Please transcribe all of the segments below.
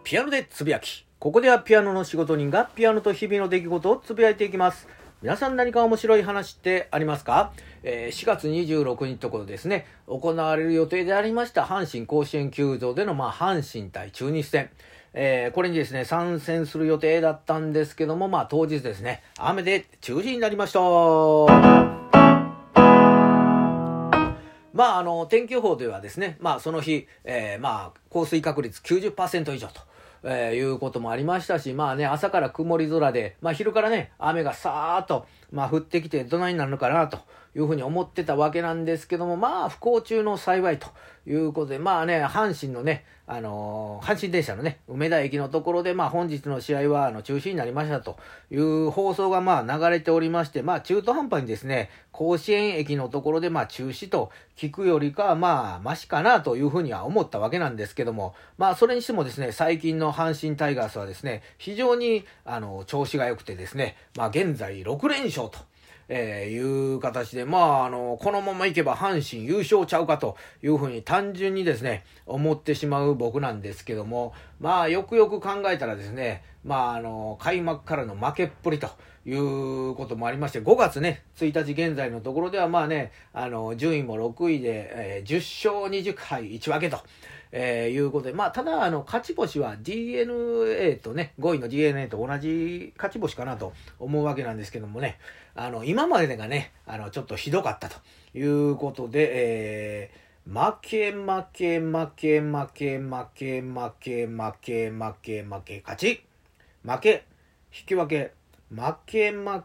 ピアノでつぶやき。ここではピアノの仕事人がピアノと日々の出来事をつぶやいていきます。皆さん何か面白い話ってありますか？4月26日ところですね、行われる予定でありました阪神甲子園球場での阪神対中日戦。これにですね、参戦する予定だったんですけども、当日ですね、雨で中止になりました。天気予報ではですね、その日、降水確率 90% 以上と、いうこともありましたし、朝から曇り空で、昼からね、雨がさーっと、降ってきてどないになるのかなというふうに思ってたわけなんですけども、不幸中の幸いということで、阪神のね、阪神電車のね、梅田駅のところで、本日の試合は中止になりましたという放送が流れておりまして、中途半端にですね、甲子園駅のところで中止と聞くよりかはマシかなというふうには思ったわけなんですけども、それにしてもですね、最近の阪神タイガースはですね、非常に調子が良くてですね、現在6連勝という形で、このままいけば阪神優勝ちゃうかというふうに単純にですね、思ってしまう僕なんですけども、よくよく考えたらですね、開幕からの負けっぷりということもありまして、5月ね、1日現在のところでは順位も6位で、10勝20敗1分けと。いうことで、ただ、勝ち星は DNA とね、5位の DNA と同じ勝ち星かなと思うわけなんですけどもね、今までがね、ちょっとひどかったということで、負け、勝ち、負け、引き分け、負け、勝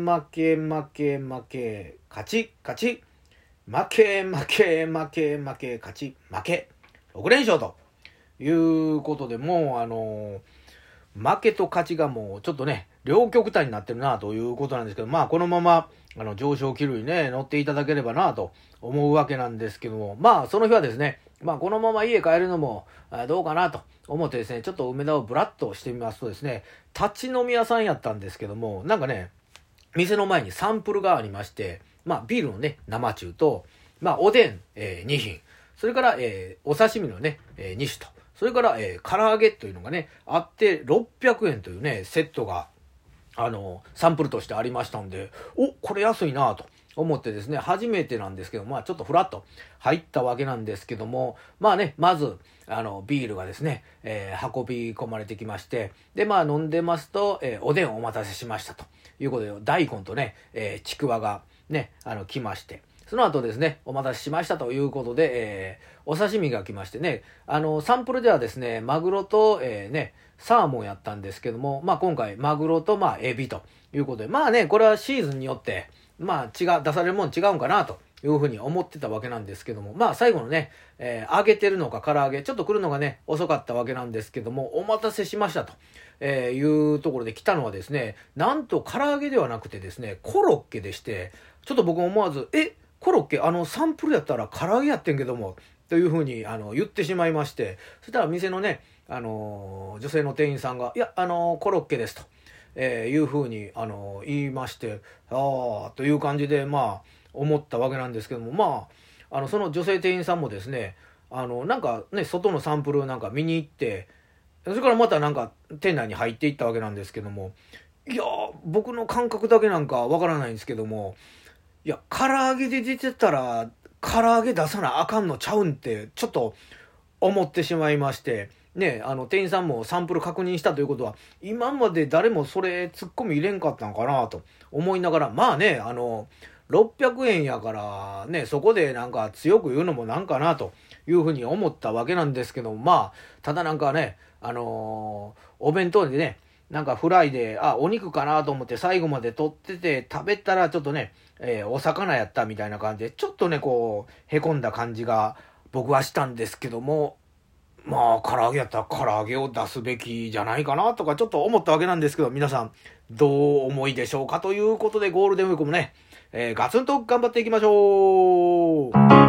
ち、勝ち、負け、勝ち、負け。6連勝ということで、もう負けと勝ちがもうちょっとね、両極端になってるなということなんですけど、このまま上昇気流にね、乗っていただければなと思うわけなんですけども、その日はですね、このまま家帰るのもどうかなと思ってですね、ちょっと梅田をブラッとしてみますとですね、立ち飲み屋さんやったんですけども、店の前にサンプルがありまして、ビールのね、生中と、おでん、2品、それから、お刺身のね、2種と、それから、唐揚げというのがね、あって、600円というね、セットが、サンプルとしてありましたんで、これ安いなと思ってですね、初めてなんですけど、ちょっとフラッと入ったわけなんですけども、まず、ビールがですね、運び込まれてきまして、で、飲んでますと、おでんお待たせしましたということで、大根とね、ちくわがね、来まして、その後ですね、お待たせしましたということで、お刺身が来ましてね、サンプルではですね、マグロと、サーモンやったんですけども、今回、マグロと、エビということで、これはシーズンによって、出されるもん違うんかなというふうに思ってたわけなんですけども、最後のね、揚げてるのか唐揚げ、ちょっと来るのがね、遅かったわけなんですけども、お待たせしましたと、いうところで来たのはですね、なんと唐揚げではなくてですね、コロッケでして、ちょっと僕思わず、コロッケ、サンプルやったら唐揚げやってんけども、というふうに言ってしまいまして、そしたら店のね、女性の店員さんが、いや、コロッケですと、いうふうに言いまして、という感じで、思ったわけなんですけども、その女性店員さんもですね、外のサンプル見に行って、それからまた店内に入っていったわけなんですけども、いや、僕の感覚だけわからないんですけども、いや、唐揚げで出てたら、唐揚げ出さなあかんのちゃうんって、ちょっと思ってしまいまして、ね、店員さんもサンプル確認したということは、今まで誰もそれ突っ込み入れんかったんかなと思いながら、600円やからね、そこで強く言うのもなんかなというふうに思ったわけなんですけども、ただね、お弁当でね、フライで、お肉かなと思って最後まで取ってて食べたらちょっとね、お魚やったみたいな感じで、ちょっとね、へこんだ感じが僕はしたんですけども、唐揚げやったら唐揚げを出すべきじゃないかなとかちょっと思ったわけなんですけど、皆さんどう思いでしょうかということで、ゴールデンウィークもね、ガツンと頑張っていきましょう。